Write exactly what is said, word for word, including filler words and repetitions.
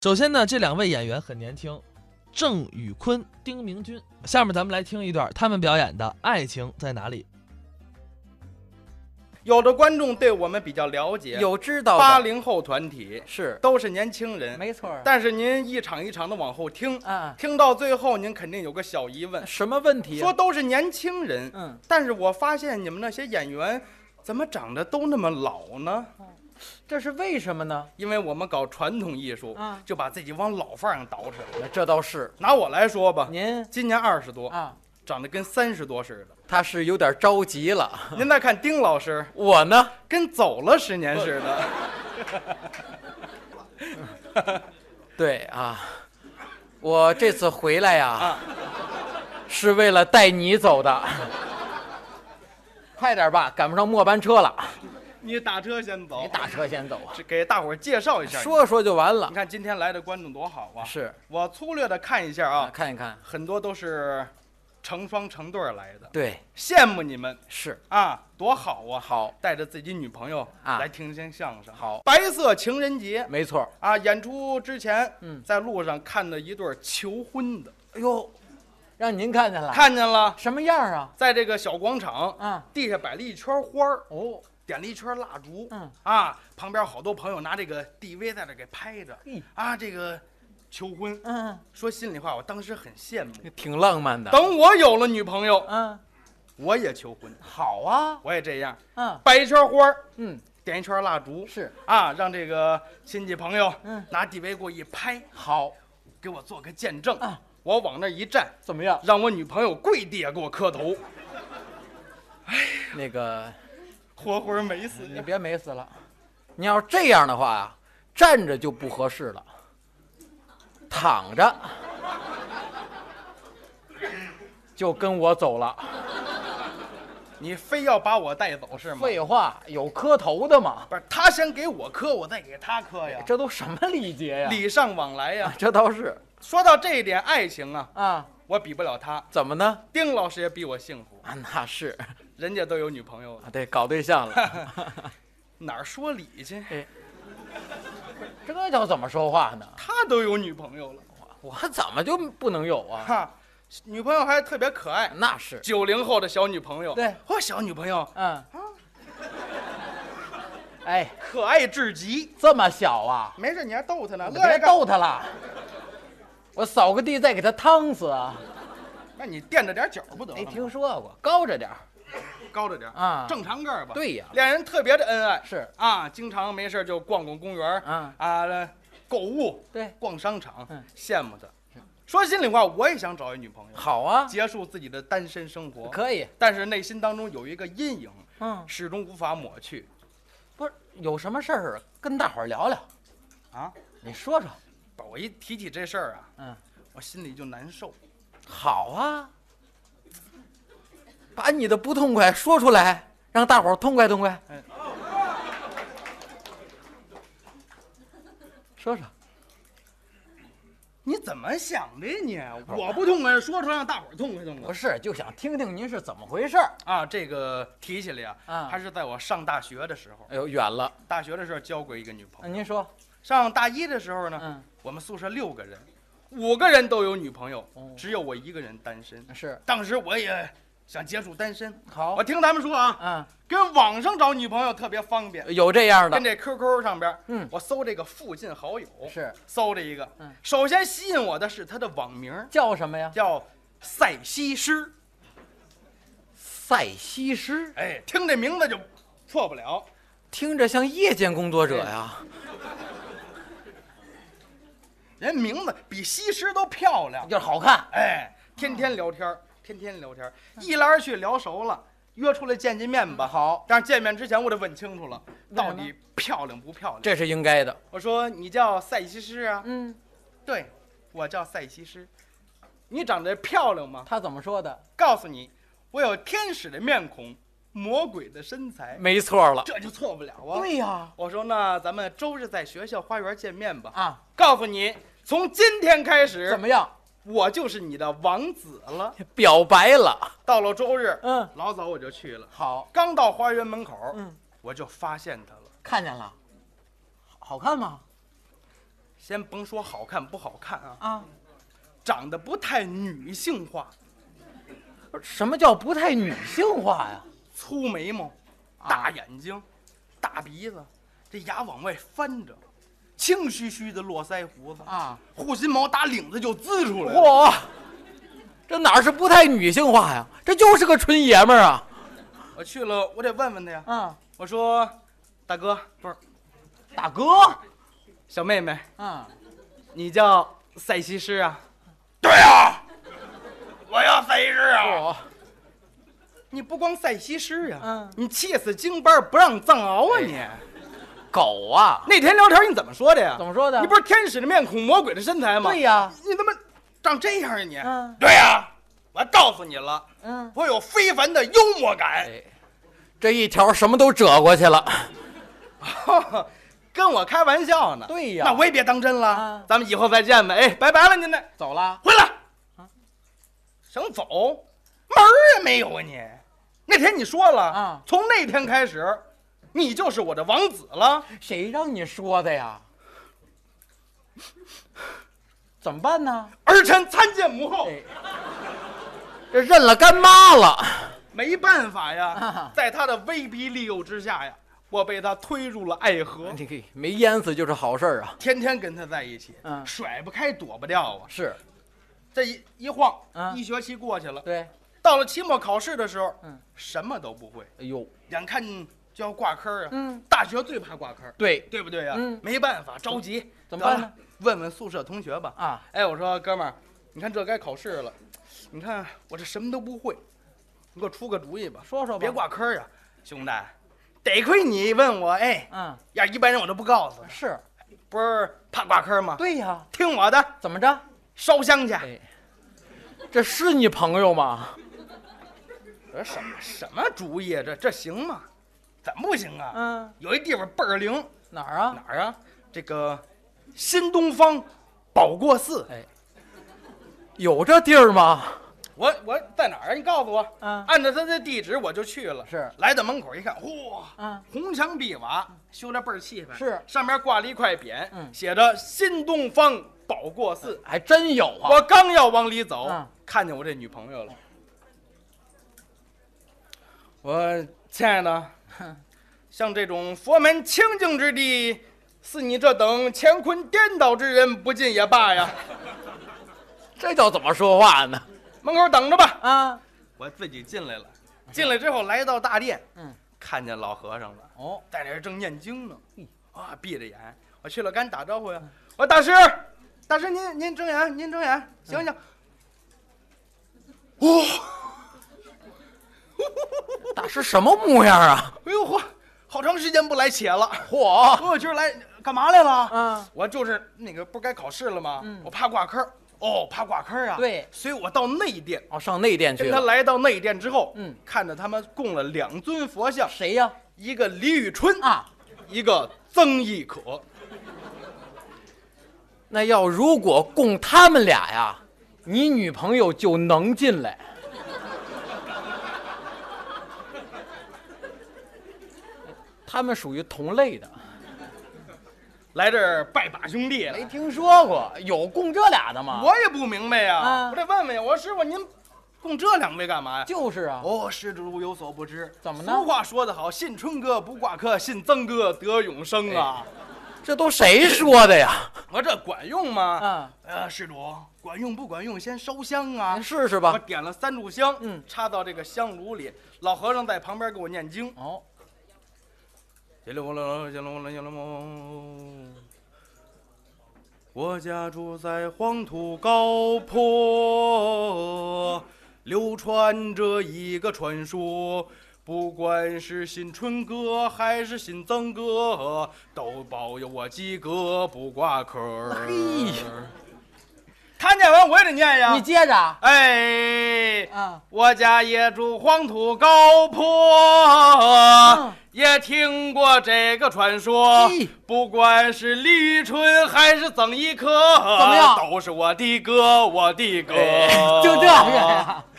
首先呢，这两位演员很年轻，郑宇坤、丁明君。下面咱们来听一段他们表演的《爱情在哪里》。 有的观众对我们比较了解， 有知道八零后团体是都是年轻人， 没错。 但是您一场一场的往后听， 啊， 听到最后您肯定有个小疑问， 什么问题、啊？ 说都是年轻人， 嗯， 但是我发现你们那些演员怎么长得都那么老呢？ 这是为什么呢？ 因为我们搞传统艺术， 啊， 就把自己往老范儿上捯饬。 这倒是。 拿我来说吧， 您今年二十多啊， 长得跟三十多似的。 他是有点着急了。 您再看丁老师， 我呢， 跟走了十年似的。对啊，我这次回来呀、 啊， 是为了带你走的。快点吧，赶不上末班车了。 你打车先走， 你打车先走啊？ 给大伙儿介绍一下， 说说就完了。 你看今天来的观众多好啊！ 是我粗略的看一下啊， 啊看一看， 很多都是成双成对来的。 对， 羡慕你们是啊，多好啊！ 好， 带着自己女朋友啊来听听相声。 好， 白色情人节没错啊，演出之前， 嗯， 在路上看到一对求婚的， 哎呦，让您看见了？ 看见了？ 什么样啊？ 在这个小广场啊， 地下摆了一圈花儿， 哦， 点了一圈蜡烛， 嗯啊，旁边好多朋友拿这个 D V 在这给拍着嘿， 啊，这个求婚。 嗯， 说心里话，我当时很羡慕。 挺浪漫的。 等我有了女朋友， 嗯， 我也求婚， 好啊， 我也这样， 嗯摆一圈花儿， 嗯， 点一圈蜡烛， 是啊，让这个亲戚朋友， 嗯， 拿 D V 给我一拍， 好， 给我做个见证啊， 我往那一站， 怎么样？ 让我女朋友跪地下给我磕头， 那个， 活活美死你别美死了。你要这样的话呀，站着就不合适了，躺着就跟我走了。 你非要把我带走是吗？ 废话，有磕头的吗？ 不是，他先给我磕，我再给他磕呀， 这都什么礼节呀？ 礼尚往来呀。 啊，这倒是说到这一点，爱情啊， 啊。 我比不了他。 怎么呢？ 丁老师也比我幸福啊，那是人家都有女朋友了啊，对，搞对象了。 哪儿说理去？ 哎，这叫怎么说话呢？ 他都有女朋友了， 我怎么就不能有啊？ 哈，女朋友还特别可爱， 那是九零后的小女朋友。 对， 我小女朋友嗯，哎， 可爱至极。 这么小啊？ 没事，你还逗她呢， 你别乐意干。 逗他了，我扫个地再给他烫死啊！ 那你垫着点脚不得了吗？ 没听说过，高着点儿高着点啊， 正常个儿吧。 对呀， 两人特别的恩爱。 是啊，经常没事就逛逛公园啊啊，购物， 对， 逛商场， 嗯羡慕他。说心里话，我也想找一女朋友， 好啊， 结束自己的单身生活。 可以， 但是内心当中有一个阴影， 嗯， 始终无法抹去。 不是有什么事儿跟大伙儿聊聊啊？ 你说说。 不，我一提起这事儿啊， 嗯， 我心里就难受。 好啊，把你的不痛快说出来，让大伙儿痛快痛快。 嗯， 说说。 你怎么想的你？我不痛快，说出来让大伙儿痛快痛快。 不是，就想听听您是怎么回事儿啊，这个提起来啊， 啊还是在我上大学的时候。 哎呦，远了。 大学的时候交过一个女朋友。 您说。 上大一的时候呢， 嗯， 我们宿舍六个人，五个人都有女朋友， 哦只有我一个人单身。 是。 当时我也想结束单身。 好。 我听他们说啊， 嗯， 跟网上找女朋友特别方便。 有这样的。 跟这 Q Q 上边， 嗯， 我搜这个附近好友， 是搜了一个， 嗯， 首先吸引我的是他的网名， 叫什么呀？ 叫赛西施。 赛西施。 哎，听这名字就错不了， 听着像夜间工作者呀。 人名字比西施都漂亮， 就是好看。 哎，天天聊天，天天聊天，一来二去聊熟了，约出来见见面吧。 好， 但是见面之前我得问清楚了，到底漂亮不漂亮？ 这是应该的。 我说你叫赛西施啊？ 嗯， 对，我叫赛西施。你长得漂亮吗？ 他怎么说的？ 告诉你，我有天使的面孔，魔鬼的身材。 没错了， 这就错不了啊。 对呀。 我说那咱们周日在学校花园见面吧。 啊， 告诉你，从今天开始怎么样？ 我就是你的王子了。 表白了。 到了周日， 嗯， 老早我就去了。 好， 刚到花园门口， 嗯， 我就发现他了。 看见了。好看吗？ 先甭说好看不好看啊， 啊， 长得不太女性化， 什么叫不太女性化呀？ 粗眉毛，大眼睛，大鼻子，这牙往外翻着，青须须的络腮胡子啊， 护心毛打领子就滋出来了。 嚯，这哪是不太女性化呀？这就是个纯爷们儿啊！ 我去了，我得问问他呀。 啊， 我说，大哥，不是， 大哥， 小妹妹， 啊， 你叫赛西施啊？对呀，我要赛西施啊！ 嚯， 你不光赛西施呀， 嗯你气死京班不让藏獒啊你！ 狗啊！ 那天聊天你怎么说的呀？ 怎么说的？ 你不是天使的面孔，魔鬼的身材吗？ 对呀， 你怎么长这样啊你？ 嗯对呀，我告诉你了， 嗯， 我有非凡的幽默感。 哎，这一条什么都折过去了。 跟我开玩笑呢。 对呀那我也别当真了。 啊咱们以后再见吧。哎，拜拜了您呢。 走了？ 回来。 啊想走，门儿也没有啊你。那天你说了啊， 从那天开始，你就是我的王子了。 谁让你说的呀？怎么办呢？ 儿臣参见母后。 哎，这认了干妈了。 没办法呀， 啊在他的威逼利诱之下呀，我被他推入了爱河， 你给没淹死就是好事儿啊。 天天跟他在一起， 嗯甩不开，躲不掉啊。 是， 这一一晃， 嗯一学期过去了， 对， 到了期末考试的时候， 嗯， 什么都不会， 哎呦， 眼看就要挂科啊。 嗯， 大学最怕挂科， 对， 对不对呀？ 嗯没办法，着急， 怎么办呢得了？问问宿舍同学吧。 啊， 哎，我说哥们儿，你看这该考试了，你看我这什么都不会，你给我出个主意吧， 说说吧。 别挂科呀，兄弟，得亏你问我，哎， 嗯， 要一般人我都不告诉他， 是， 不是怕挂科吗？ 对呀。 听我的， 怎么着？ 烧香去。 哎，这是你朋友吗？ 这什么什么主意啊？这这行吗？怎么不行啊？ 嗯， 有一地方倍儿灵， 哪儿啊？ 哪儿啊？这个新东方保过寺。 哎，有这地儿吗？ 我我在哪儿啊？你告诉我。 嗯按照他的地址我就去了。 是来到门口一看，嚯， 嗯， 红墙壁瓦，修得倍儿气派。 是上面挂了一块匾， 嗯写着新东方保过寺。 还真有啊。 我刚要往里走， 嗯看见我这女朋友了。我亲爱的，像这种佛门清净之地，似你这等乾坤颠倒之人，不进也罢呀。 这叫怎么说话呢？ 门口等着吧。 啊， 我自己进来了，进来之后来到大殿， 嗯， 看见老和尚了， 哦， 在那儿正念经呢嘿。 啊，闭着眼，我去了，赶紧打招呼呀。我说大师，大师您您睁眼，您睁眼，醒醒。哇、 大师什么模样啊？ 哎呦嚯，好长时间不来且了。 嚯， 我今儿来干嘛来了？ 嗯， 我就是那个不是该考试了吗？ 嗯我怕挂科。哦，怕挂科啊。 对所以我到内殿， 哦，上内殿去跟他了。 来到内殿之后， 嗯， 看着他们供了两尊佛像， 谁呀？ 一个李宇春啊， 一个曾轶可。 那要如果供他们俩呀，你女朋友就能进来。他们属于同类的， 来这儿拜把兄弟了。 没听说过有供这俩的吗？ 我也不明白呀、 啊我得问问呀。我说师傅，您供这两位干嘛呀？ 就是啊。 哦，施主有所不知， 怎么呢俗话说得好，信春哥不挂科，信曾哥得永生啊。 这都谁说的呀？ 我这管用吗？ 啊， 呃，施主，管用不管用？先烧香啊您。试试我吧。 点了三炷香， 嗯插到这个香炉里。老和尚在旁边给我念经。 哦， 叽里咕噜，叽里咕噜，叽里咕噜。我家住在黄土高坡，流传着一个传说，不管是信春哥还是信曾哥，都保佑我及格不挂科。 嘿， 他念完我也得念呀。 你接着。 哎， 啊， 我家也住黄土高坡， 嗯也听过这个传说嘿。 不管是李宇春还是曾轶可， 怎么样都是我的哥，我的哥。 就这个呀。